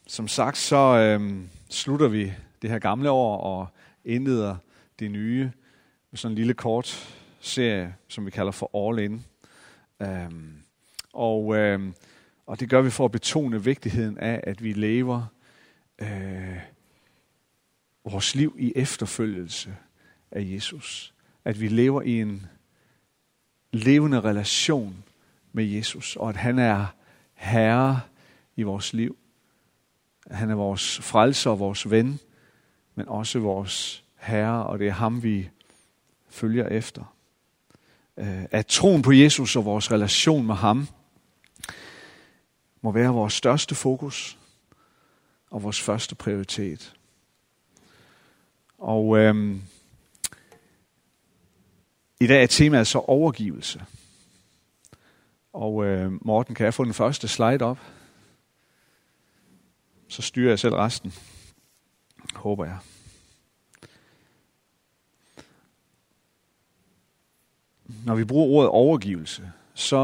Som sagt, så slutter vi det her gamle år og indleder det nye med sådan en lille kort serie, som vi kalder for All In. Og det gør vi for at betone vigtigheden af, at vi lever vores liv i efterfølgelse af Jesus. At vi lever i en levende relation med Jesus, og at han er herre i vores liv. Han er vores frelser og vores ven, men også vores herre, og det er ham, vi følger efter. At troen på Jesus og vores relation med ham må være vores største fokus og vores første prioritet. Og i dag er temaet så overgivelse. Og Morten, kan jeg få den første slide op? Så styrer jeg selv resten. Håber jeg. Når vi bruger ordet overgivelse, så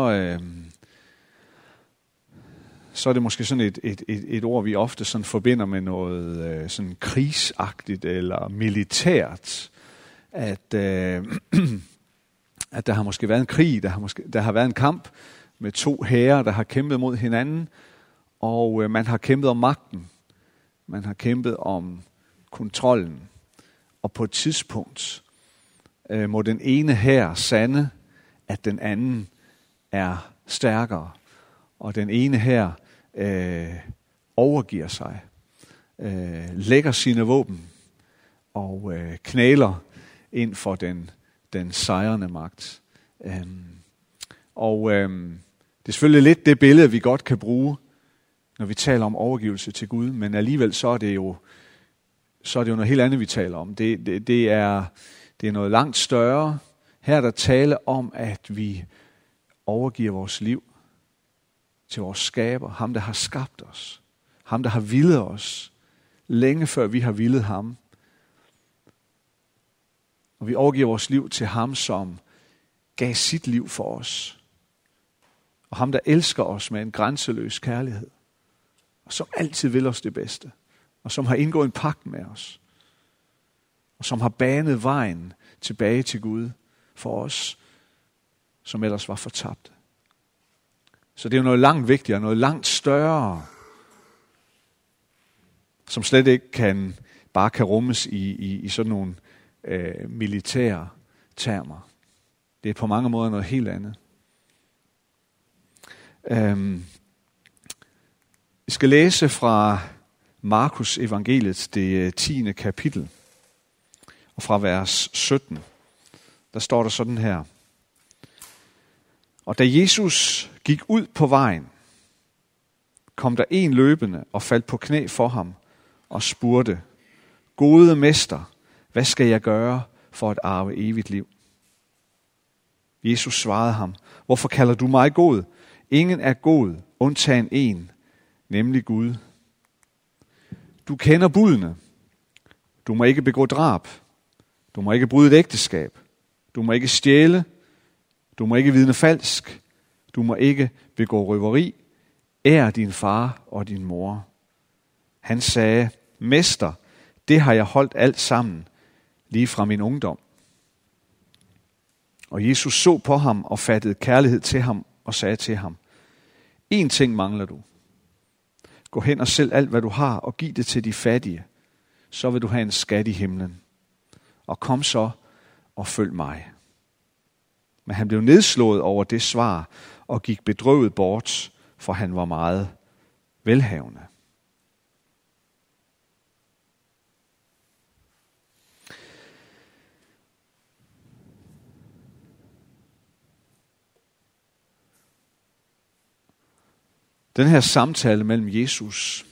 er det måske sådan et ord, vi ofte sådan forbinder med noget sådan krigsagtigt eller militært. At der har måske været en krig, der har været en kamp med to hære, der har kæmpet mod hinanden, og man har kæmpet om magten. Man har kæmpet om kontrollen. Og på et tidspunkt må den ene hær sande, at den anden er stærkere. Og den ene hær overgiver sig, lægger sine våben og knæler ind for den sejrende magt. Det er selvfølgelig lidt det billede, vi godt kan bruge, når vi taler om overgivelse til Gud, men alligevel så er det jo noget helt andet, vi taler om. Det er noget langt større. Her er der tale om, at vi overgiver vores liv til vores skaber, ham der har skabt os, ham der har villet os, længe før vi har villet ham. Og vi overgiver vores liv til ham, som gav sit liv for os, og ham der elsker os med en grænseløs kærlighed, og som altid vil os det bedste, og som har indgået en pagt med os, og som har banet vejen tilbage til Gud for os, som ellers var fortabt. Så det er jo noget langt vigtigere, noget langt større, som slet ikke bare kan rummes i sådan nogle militære termer. Det er på mange måder noget helt andet. Vi skal læse fra Markus evangeliet, det 10. kapitel, og fra vers 17. Der står der sådan her. Og da Jesus gik ud på vejen, kom der en løbende og faldt på knæ for ham og spurgte, Gode mester, hvad skal jeg gøre for at arve evigt liv? Jesus svarede ham, hvorfor kalder du mig god? Ingen er god, undtagen en, nemlig Gud. Du kender budene. Du må ikke begå drab. Du må ikke bryde et ægteskab. Du må ikke stjæle. Du må ikke vidne falsk. Du må ikke begå røveri. Ær din far og din mor. Han sagde, Mester, det har jeg holdt alt sammen, lige fra min ungdom. Og Jesus så på ham og fattede kærlighed til ham og sagde til ham, En ting mangler du. Gå hen og sælg alt, hvad du har, og giv det til de fattige. Så vil du have en skat i himlen. Og kom så og følg mig. Men han blev nedslået over det svar og gik bedrøvet bort, for han var meget velhavende. Den her samtale mellem Jesus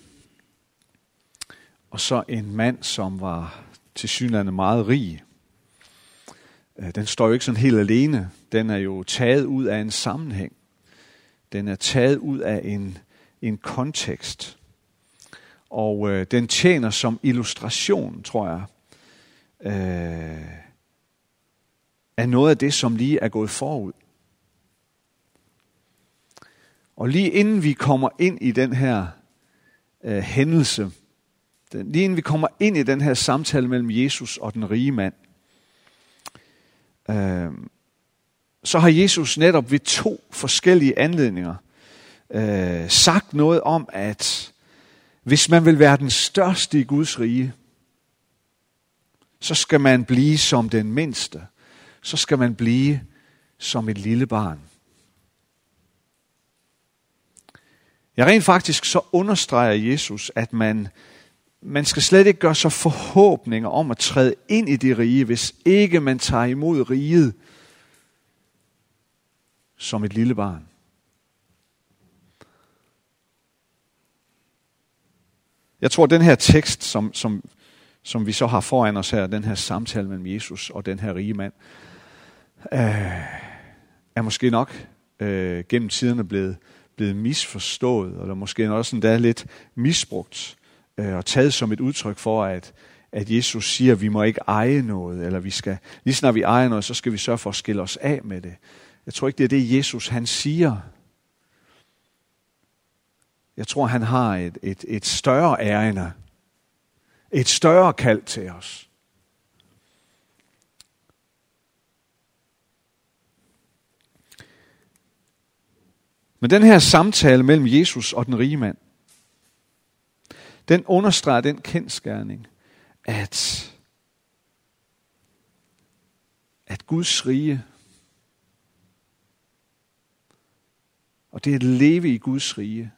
og så en mand, som var tilsyneladende meget rig, den står jo ikke sådan helt alene. Den er jo taget ud af en sammenhæng. Den er taget ud af en kontekst. Og den tjener som illustration, tror jeg, af noget af det, som lige er gået forud. Og lige inden vi kommer ind i den her hændelse. Lige inden vi kommer ind i den her samtale mellem Jesus og den rige mand, så har Jesus netop ved 2 forskellige anledninger sagt noget om, at hvis man vil være den største i Guds rige, så skal man blive som den mindste. Så skal man blive som et lille barn. Ja, rent faktisk så understreger Jesus, at man skal slet ikke gøre sig forhåbninger om at træde ind i det rige, hvis ikke man tager imod riget som et lille barn. Jeg tror, at den her tekst, som vi så har foran os her, den her samtale mellem Jesus og den her rige mand, er måske nok gennem tiderne blevet misforstået, eller måske også endda lidt misbrugt, og taget som et udtryk for, at Jesus siger, at vi må ikke eje noget, eller vi skal, lige snart vi ejer noget, så skal vi sørge for at skille os af med det. Jeg tror ikke, det er det, Jesus han siger. Jeg tror, han har et større ærinde, et større kald til os. Men den her samtale mellem Jesus og den rige mand, den understreger den kendsgerning, at Guds rige, og det at leve i Guds rige,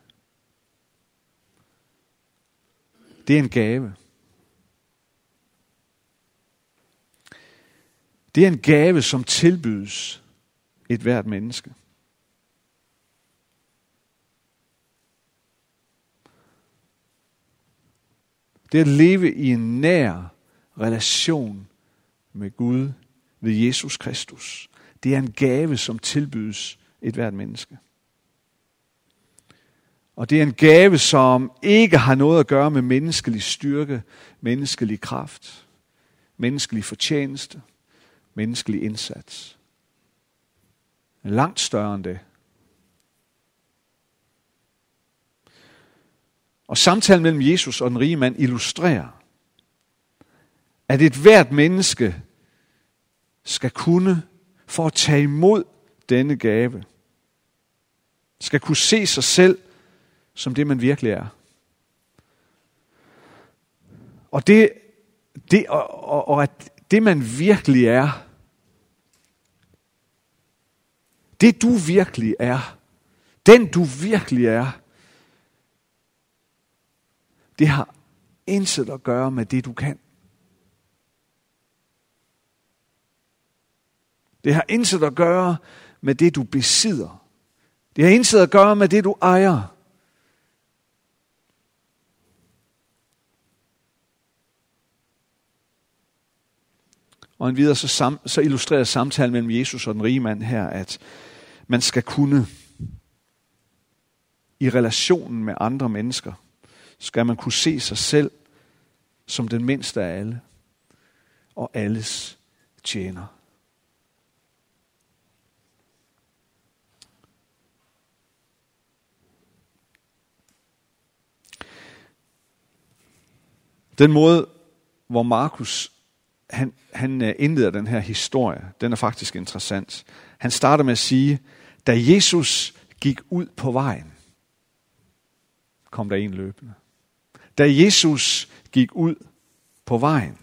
det er en gave. Det er en gave, som tilbydes et hvert menneske. Det at leve i en nær relation med Gud ved Jesus Kristus, det er en gave, som tilbydes et hvert menneske. Og det er en gave, som ikke har noget at gøre med menneskelig styrke, menneskelig kraft, menneskelig fortjeneste, menneskelig indsats. Langt større end det. Og samtalen mellem Jesus og den rige mand illustrerer, at et hvert menneske skal kunne, for at tage imod denne gave, skal kunne se sig selv som det, man virkelig er. Og at det, man virkelig er, det du virkelig er, den du virkelig er, det har intet at gøre med det, du kan. Det har intet at gøre med det, du besidder. Det har intet at gøre med det, du ejer. Og endvidere så illustrerer samtalen mellem Jesus og den rige mand her, at man skal kunne i relationen med andre mennesker, skal man kunne se sig selv som den mindste af alle, og alles tjener. Den måde, hvor Markus han indleder den her historie, den er faktisk interessant. Han starter med at sige, da Jesus gik ud på vejen, kom der en løbende. Da Jesus gik ud på vejen.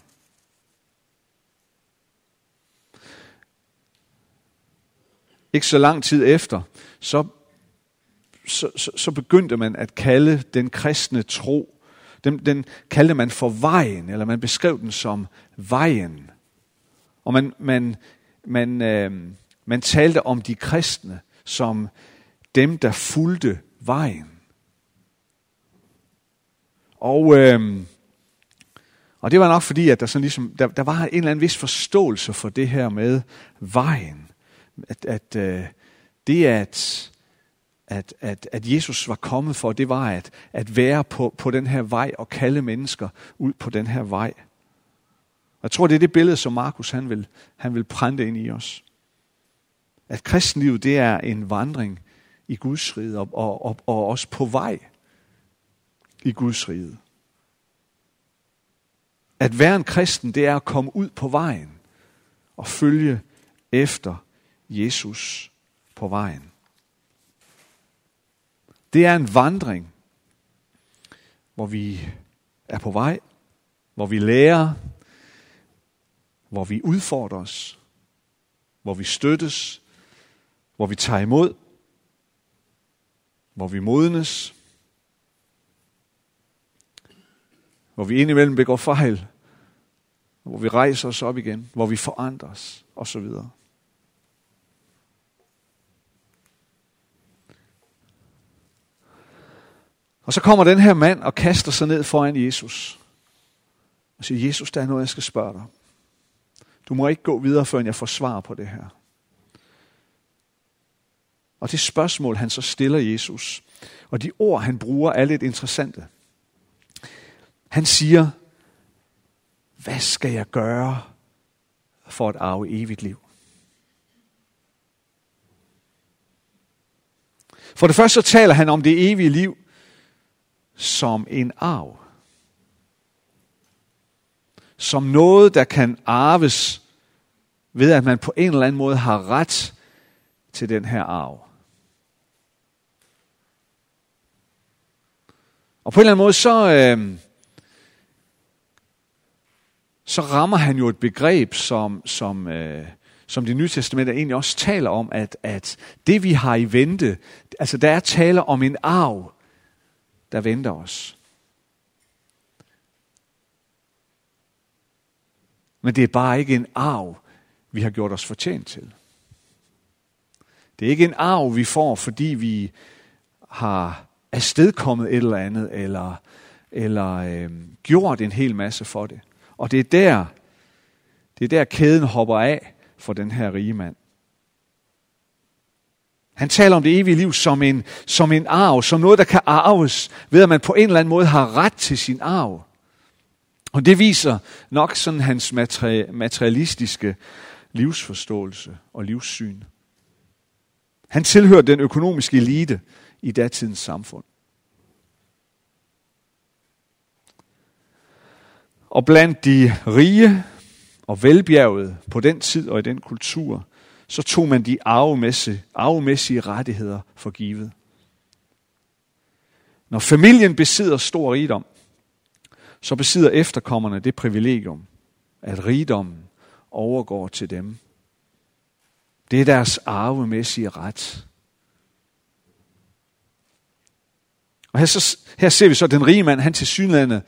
Ikke så lang tid efter, så begyndte man at kalde den kristne tro, den kaldte man for vejen, eller man beskrev den som vejen. Og man talte om de kristne som dem, der fulgte vejen. Og det var nok fordi, at der sådan ligesom, der var en eller anden vis forståelse for det her med vejen. At Jesus var kommet for, det var at være på den her vej og kalde mennesker ud på den her vej. Og jeg tror, det er det billede, som Markus han vil prænte ind i os. At kristenlivet, det er en vandring i Guds rige og også på vej i Guds rige. At være en kristen, det er at komme ud på vejen og følge efter Jesus på vejen. Det er en vandring, hvor vi er på vej, hvor vi lærer, hvor vi udfordres, hvor vi støttes, hvor vi tager imod, hvor vi modnes, hvor vi indimellem begår fejl, hvor vi rejser os op igen, hvor vi forandres osv. Og så kommer den her mand og kaster sig ned foran Jesus og siger, Jesus, der er noget, jeg skal spørge dig. Du må ikke gå videre, før jeg får svar på det her. Og det spørgsmål, han så stiller Jesus, og de ord, han bruger, er lidt interessante. Han siger, hvad skal jeg gøre for at arve evigt liv? For det første så taler han om det evige liv som en arv. Som noget, der kan arves ved, at man på en eller anden måde har ret til den her arv. Og på en eller anden måde, så rammer han jo et begreb, som Det Nye Testamente egentlig også taler om, at det vi har i vente, altså der er tale om en arv, der venter os. Men det er bare ikke en arv, vi har gjort os fortjent til. Det er ikke en arv, vi får, fordi vi har afstedkommet et eller andet, eller gjort en hel masse for det. Og det er der kæden hopper af for den her rige mand. Han taler om det evige liv som en arv, som noget, der kan arves, ved at man på en eller anden måde har ret til sin arv. Og det viser nok sådan hans materialistiske livsforståelse og livssyn. Han tilhørte den økonomiske elite i datidens samfund. Og blandt de rige og velbjergede på den tid og i den kultur, så tog man de arvemæssige rettigheder for givet. Når familien besidder stor rigdom, så besidder efterkommerne det privilegium, at rigdommen overgår til dem. Det er deres arvemæssige ret. Og her ser vi så, at den rige mand, han tilsyneladende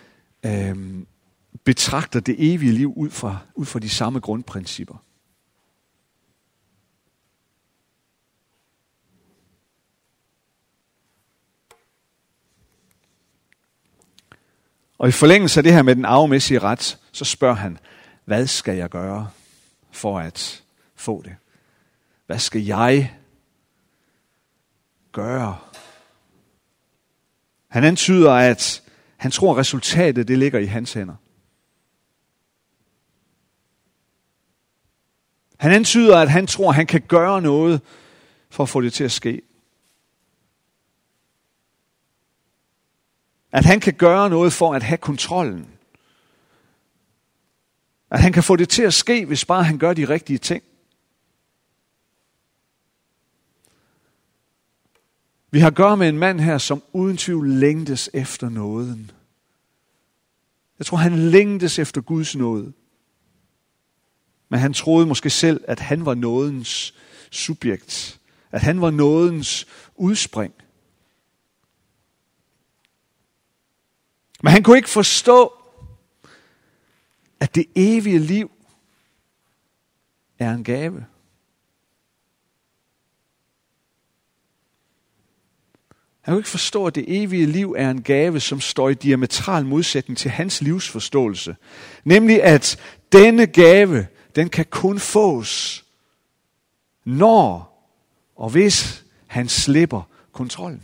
betragter det evige liv ud fra de samme grundprincipper. Og i forlængelse af det her med den arvemæssige ret, så spørger han, hvad skal jeg gøre for at få det? Hvad skal jeg gøre? Han antyder, at han tror, at resultatet det ligger i hans hænder. Han antyder, at han tror, at han kan gøre noget for at få det til at ske. At han kan gøre noget for at have kontrollen. At han kan få det til at ske, hvis bare han gør de rigtige ting. Vi har at gøre med en mand her, som uden tvivl længtes efter nåden. Jeg tror, han længtes efter Guds nåde. Men han troede måske selv, at han var nådens subjekt. At han var nådens udspring. Men han kunne ikke forstå, at det evige liv er en gave. Han kunne ikke forstå, at det evige liv er en gave, som står i diametral modsætning til hans livsforståelse. Nemlig at denne gave, den kan kun fås, når og hvis han slipper kontrollen.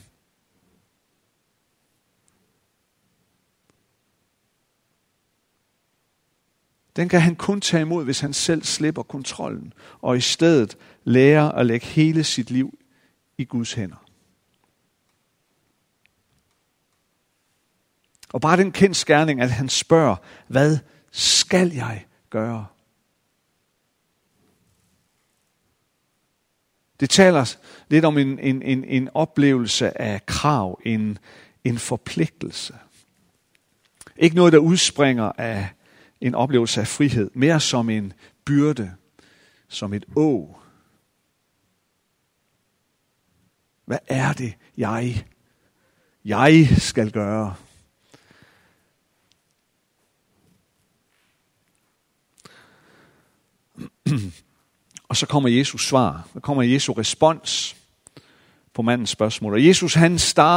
Den kan han kun tage imod, hvis han selv slipper kontrollen, og i stedet lærer at lægge hele sit liv i Guds hænder. Og bare den kendsgerning, at han spørger, hvad skal jeg gøre? Det taler lidt om en oplevelse af krav, en forpligtelse. Ikke noget, der udspringer af en oplevelse af frihed, mere som en byrde, som et åg. Hvad er det, jeg skal gøre? Og så kommer Jesus svar. Der kommer Jesu respons på mandens spørgsmål. Og Jesus han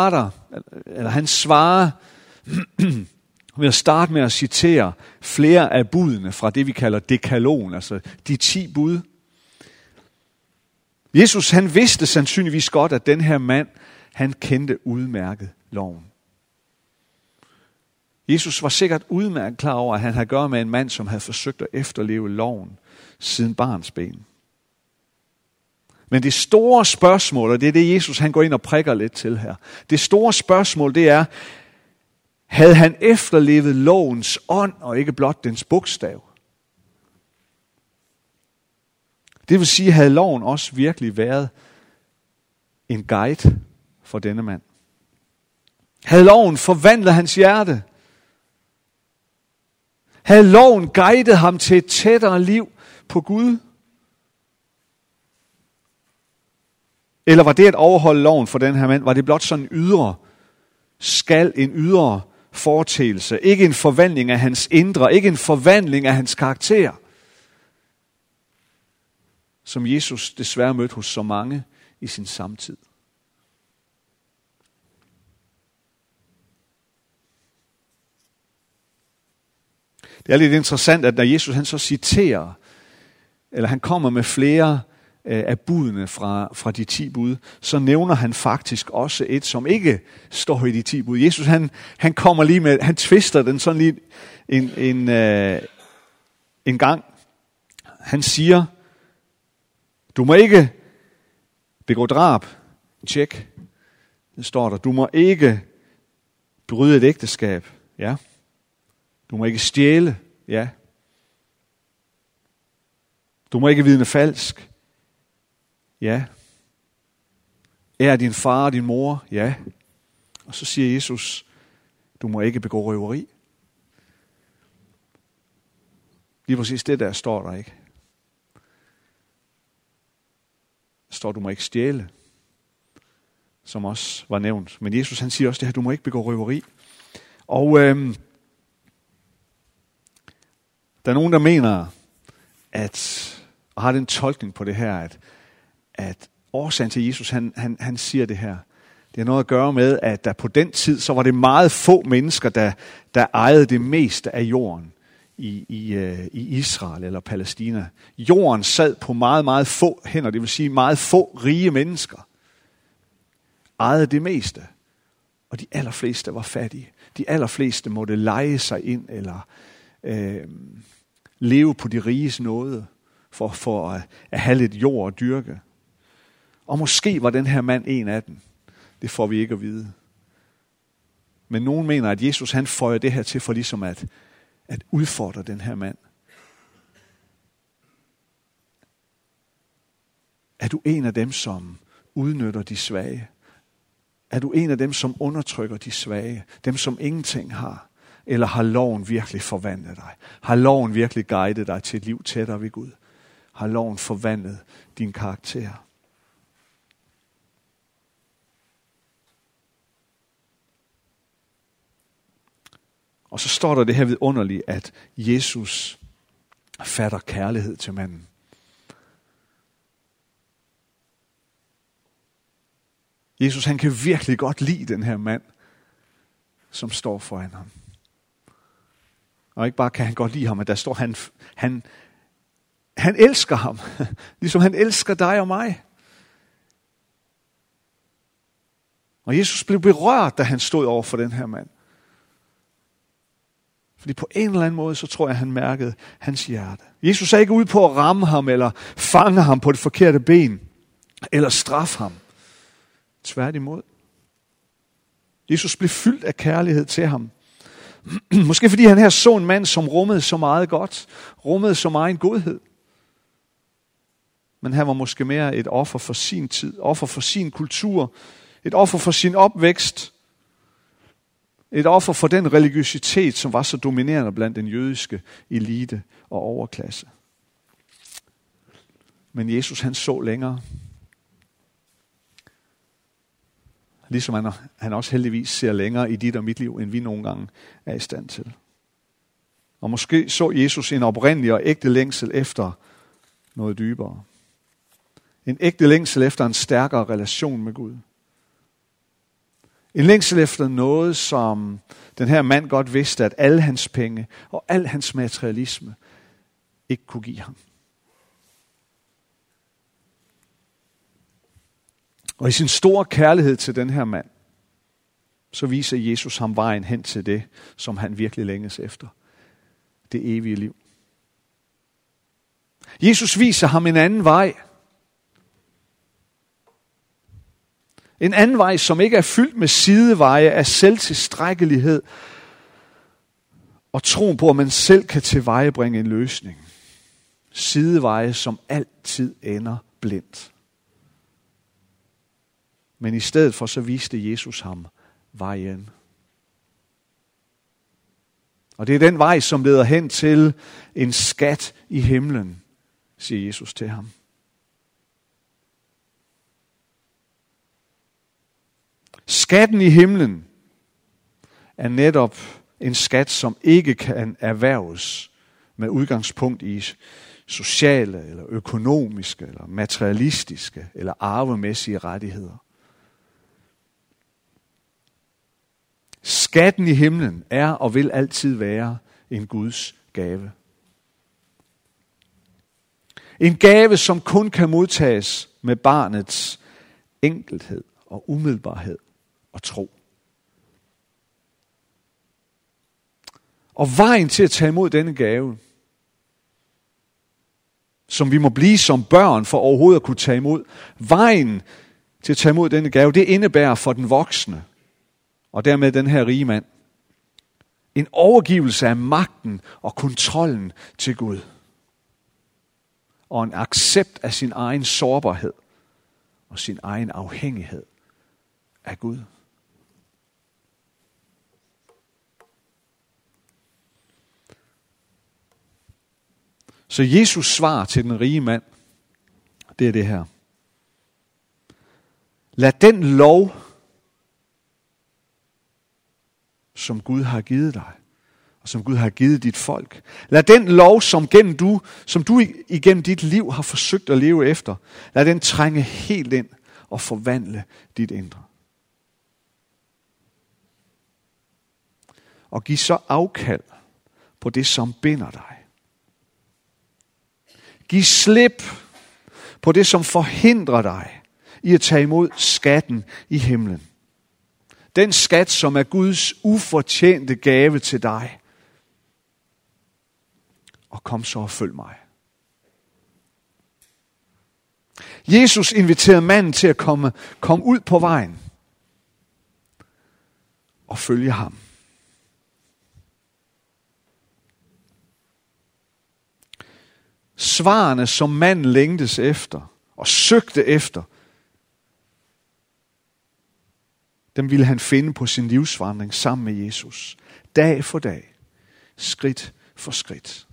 svarer ved at starte med at citere flere af budene fra det, vi kalder dekalogen, altså de 10 bud. Jesus han vidste sandsynligvis godt, at den her mand, han kendte udmærket loven. Jesus var sikkert udmærket klar over, at han havde at gøre med en mand, som havde forsøgt at efterleve loven siden barnsben. Men det store spørgsmål, og det er det, Jesus han går ind og prikker lidt til her. Det store spørgsmål, det er, havde han efterlevet lovens ånd, og ikke blot dens bogstav? Det vil sige, havde loven også virkelig været en guide for denne mand? Havde loven forvandlet hans hjerte? Havde loven guidet ham til et tættere liv på Gud? Eller var det at overholde loven for den her mand, var det blot sådan en ydre foreteelse, ikke en forvandling af hans indre, ikke en forvandling af hans karakter, som Jesus desværre mødte hos så mange i sin samtid. Det er lidt interessant, at når Jesus han så citerer, eller han kommer med flere af budene fra de 10 bud, så nævner han faktisk også et, som ikke står i de 10 bud. Jesus han kommer lige med, han twister den sådan lige en gang. Han siger, du må ikke begå drab. Tjek. Det står der. Du må ikke bryde et ægteskab. Ja. Du må ikke stjæle. Ja. Du må ikke vidne falsk. Ja. Ær din far og din mor. Ja. Og så siger Jesus, du må ikke begå røveri. Lige præcis det der står der ikke. Der står, du må ikke stjæle, som også var nævnt. Men Jesus han siger også det her, du må ikke begå røveri. Og der er nogen, der mener, og har den tolkning på det her, at årsagen til Jesus, han siger det her, det har noget at gøre med, at der på den tid, så var det meget få mennesker, der ejede det meste af jorden i Israel eller Palæstina. Jorden sad på meget, meget få hænder, det vil sige meget få rige mennesker, ejede det meste. Og de allerfleste var fattige. De allerfleste måtte leje sig ind eller leve på de riges nåde for at have lidt jord at dyrke. Og måske var den her mand en af dem. Det får vi ikke at vide. Men nogen mener, at Jesus han føjer det her til for ligesom at udfordre den her mand. Er du en af dem, som udnytter de svage? Er du en af dem, som undertrykker de svage? Dem, som ingenting har? Eller har loven virkelig forvandlet dig? Har loven virkelig guidet dig til et liv tættere ved Gud? Har loven forvandlet din karakter? Og så står der det her vidunderligt, at Jesus fatter kærlighed til manden. Jesus han kan virkelig godt lide den her mand, som står foran ham. Og ikke bare kan han godt lide ham, men der står han elsker ham, ligesom han elsker dig og mig. Og Jesus blev berørt, da han stod over for den her mand. Fordi på en eller anden måde, så tror jeg, han mærkede hans hjerte. Jesus er ikke ude på at ramme ham, eller fange ham på det forkerte ben, eller straffe ham. Tværtimod. Jesus blev fyldt af kærlighed til ham. Måske fordi han her så en mand, som rummede så meget godt, rummede så meget godhed. Men han var måske mere et offer for sin tid, offer for sin kultur, et offer for sin opvækst, et offer for den religiøsitet, som var så dominerende blandt den jødiske elite og overklasse. Men Jesus, han så længere. Ligesom han også heldigvis ser længere i dit og mit liv, end vi nogle gange er i stand til. Og måske så Jesus en oprindelig og ægte længsel efter noget dybere. En ægte længsel efter en stærkere relation med Gud. En længsel efter noget, som den her mand godt vidste, at alle hans penge og al hans materialisme ikke kunne give ham. Og i sin store kærlighed til den her mand, så viser Jesus ham vejen hen til det, som han virkelig længes efter. Det evige liv. Jesus viser ham en anden vej. En anden vej, som ikke er fyldt med sideveje af selvtilstrækkelighed og troen på, at man selv kan tilvejebringe en løsning. Sideveje, som altid ender blindt. Men i stedet for så viste Jesus ham vejen. Og det er den vej, som leder hen til en skat i himlen, siger Jesus til ham. Skatten i himlen er netop en skat, som ikke kan erhverves med udgangspunkt i sociale, eller økonomiske, eller materialistiske, eller arvemæssige rettigheder. Skatten i himlen er og vil altid være en Guds gave. En gave, som kun kan modtages med barnets enkelhed og umiddelbarhed og tro. Og vejen til at tage imod denne gave, som vi må blive som børn for overhovedet at kunne tage imod, vejen til at tage imod denne gave, det indebærer for den voksne, og dermed den her rige mand, en overgivelse af magten og kontrollen til Gud. Og en accept af sin egen sårbarhed og sin egen afhængighed af Gud. Så Jesus svar til den rige mand, det er det her. Lad den lov, som Gud har givet dig, og som Gud har givet dit folk. Lad den lov, som du igennem dit liv har forsøgt at leve efter, lad den trænge helt ind og forvandle dit indre. Og giv så afkald på det, som binder dig. Giv slip på det, som forhindrer dig i at tage imod skatten i himlen. Den skat, som er Guds ufortjente gave til dig. Og kom så og følg mig. Jesus inviterede manden til at komme ud på vejen og følge ham. Svarene, som manden længtes efter og søgte efter, dem ville han finde på sin livsvandring sammen med Jesus. Dag for dag. Skridt for skridt.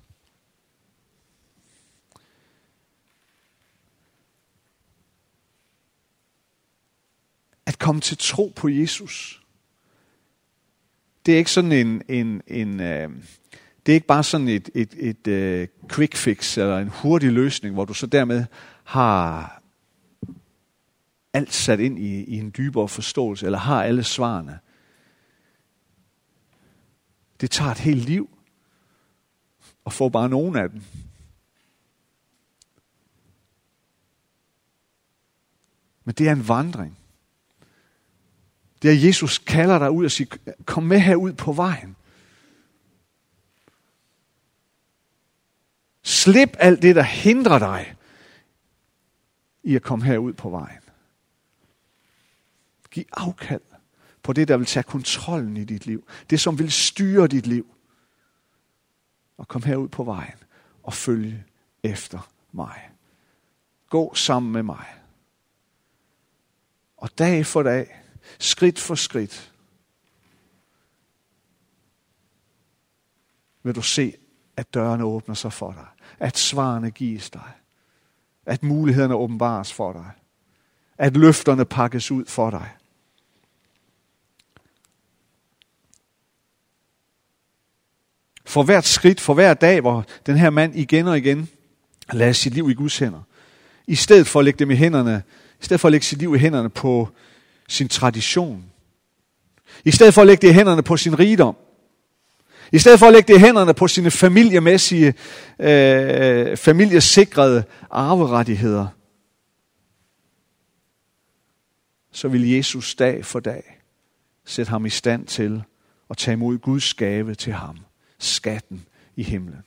At komme til tro på Jesus. Det er ikke sådan det er ikke bare sådan et quick fix eller en hurtig løsning, hvor du så dermed har alt sat ind i en dybere forståelse, eller har alle svarene. Det tager et helt liv, og får bare nogen af dem. Men det er en vandring. Det er, Jesus kalder dig ud og siger, kom med herud på vejen. Slip alt det, der hindrer dig i at komme herud på vejen. Giv afkald på det, der vil tage kontrollen i dit liv. Det, som vil styre dit liv. Og kom herud på vejen og følge efter mig. Gå sammen med mig. Og dag for dag, skridt for skridt, vil du se, at dørene åbner sig for dig. At svarene gives dig. At mulighederne åbenbares for dig. At løfterne pakkes ud for dig. For hvert skridt, for hver dag, hvor den her mand igen og igen lader sit liv i Guds hænder. I stedet for at lægge dem i hænderne, i stedet for at lægge sit liv i hænderne på sin tradition. I stedet for at lægge det i hænderne på sin rigdom. I stedet for at lægge det i hænderne på sine familiemæssige, familiesikrede arverettigheder. Så vil Jesus dag for dag sætte ham i stand til at tage imod Guds gave til ham. Skatten i himlen.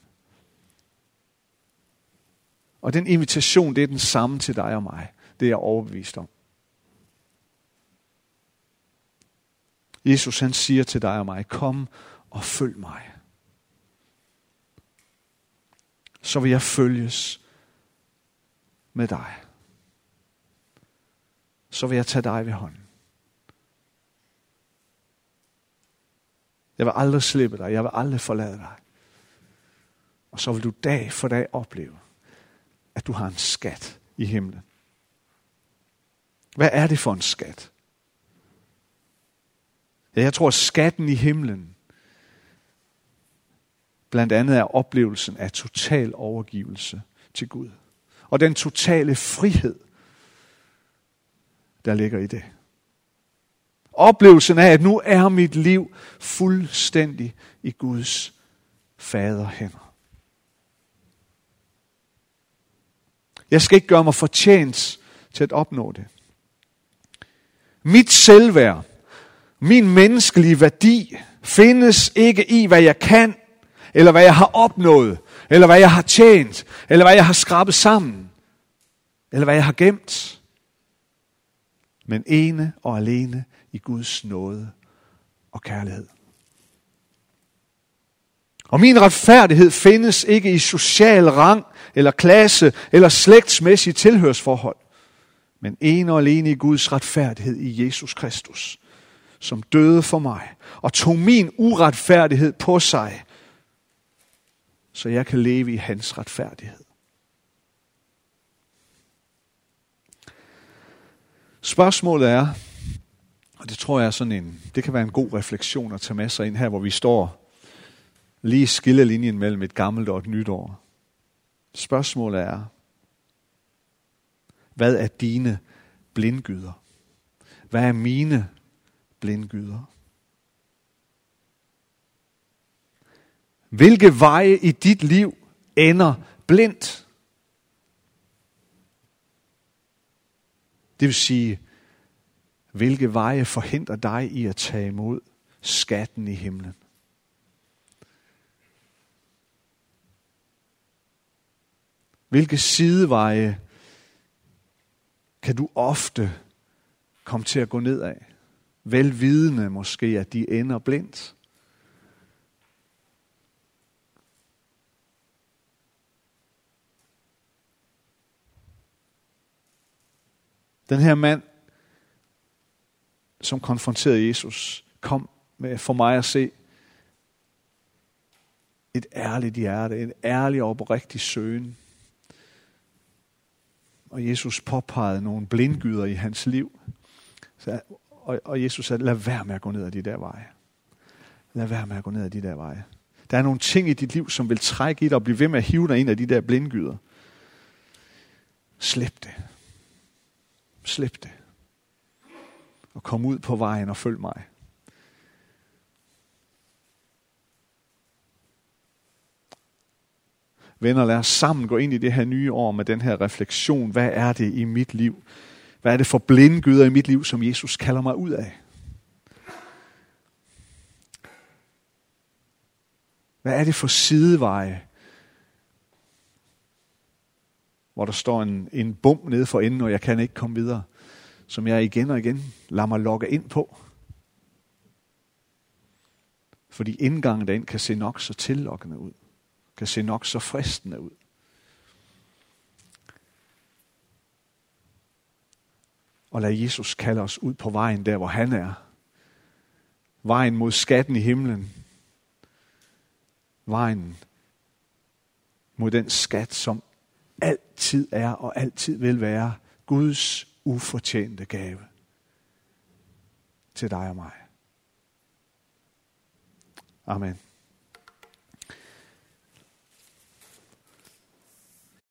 Og den invitation, det er den samme til dig og mig. Det er jeg overbevist om. Jesus han siger til dig og mig, kom og følg mig. Så vil jeg følges med dig. Så vil jeg tage dig ved hånden. Jeg vil aldrig slippe dig. Jeg vil aldrig forlade dig. Og så vil du dag for dag opleve, at du har en skat i himlen. Hvad er det for en skat? Ja, jeg tror, at skatten i himlen blandt andet er oplevelsen af total overgivelse til Gud. Og den totale frihed, der ligger i det. Oplevelsen af, at nu er mit liv fuldstændig i Guds faderhænder. Jeg skal ikke gøre mig fortjent til at opnå det. Mit selvværd, min menneskelige værdi, findes ikke i, hvad jeg kan, eller hvad jeg har opnået, eller hvad jeg har tjent, eller hvad jeg har skrabet sammen, eller hvad jeg har gemt. Men ene og alene i Guds nåde og kærlighed. Og min retfærdighed findes ikke i social rang, eller klasse, eller slægtsmæssige tilhørsforhold, men ene og alene i Guds retfærdighed i Jesus Kristus, som døde for mig, og tog min uretfærdighed på sig, så jeg kan leve i hans retfærdighed. Spørgsmålet er, og det tror jeg er sådan det kan være en god refleksion at tage med sig ind her, hvor vi står lige i skillelinjen mellem et gammelt og et nyt år. Spørgsmålet er, hvad er dine blindgyder? Hvad er mine blindgyder? Hvilke veje i dit liv ender blindt? Det vil sige, hvilke veje forhindrer dig i at tage imod skatten i himlen? Hvilke sideveje kan du ofte komme til at gå ned af? Velvidende måske, at de ender blindt. Den her mand, som konfronterede Jesus, kom med for mig at se et ærligt hjerte, en ærlig og oprigtig søgen. Og Jesus påpegede nogle blindgyder i hans liv. Og Jesus sagde, lad være med at gå ned ad de der veje. Lad være med at gå ned ad de der veje. Der er nogle ting i dit liv, som vil trække i dig og blive ved med at hive dig ind af de der blindgyder. Slip det. Slip det. Og kom ud på vejen og følg mig. Venner, lad os sammen gå ind i det her nye år med den her refleksion. Hvad er det i mit liv? Hvad er det for blindgyder i mit liv, som Jesus kalder mig ud af? Hvad er det for sideveje, hvor der står en bum nede for enden, og jeg kan ikke komme videre, som jeg igen og igen lader mig logge ind på? Fordi indgangen derind kan se nok så tillokkende ud. Kan se nok så fristende ud. Og lad Jesus kalde os ud på vejen der, hvor han er. Vejen mod skatten i himlen. Vejen mod den skat, som altid er og altid vil være Guds ufortjente gave til dig og mig. Amen.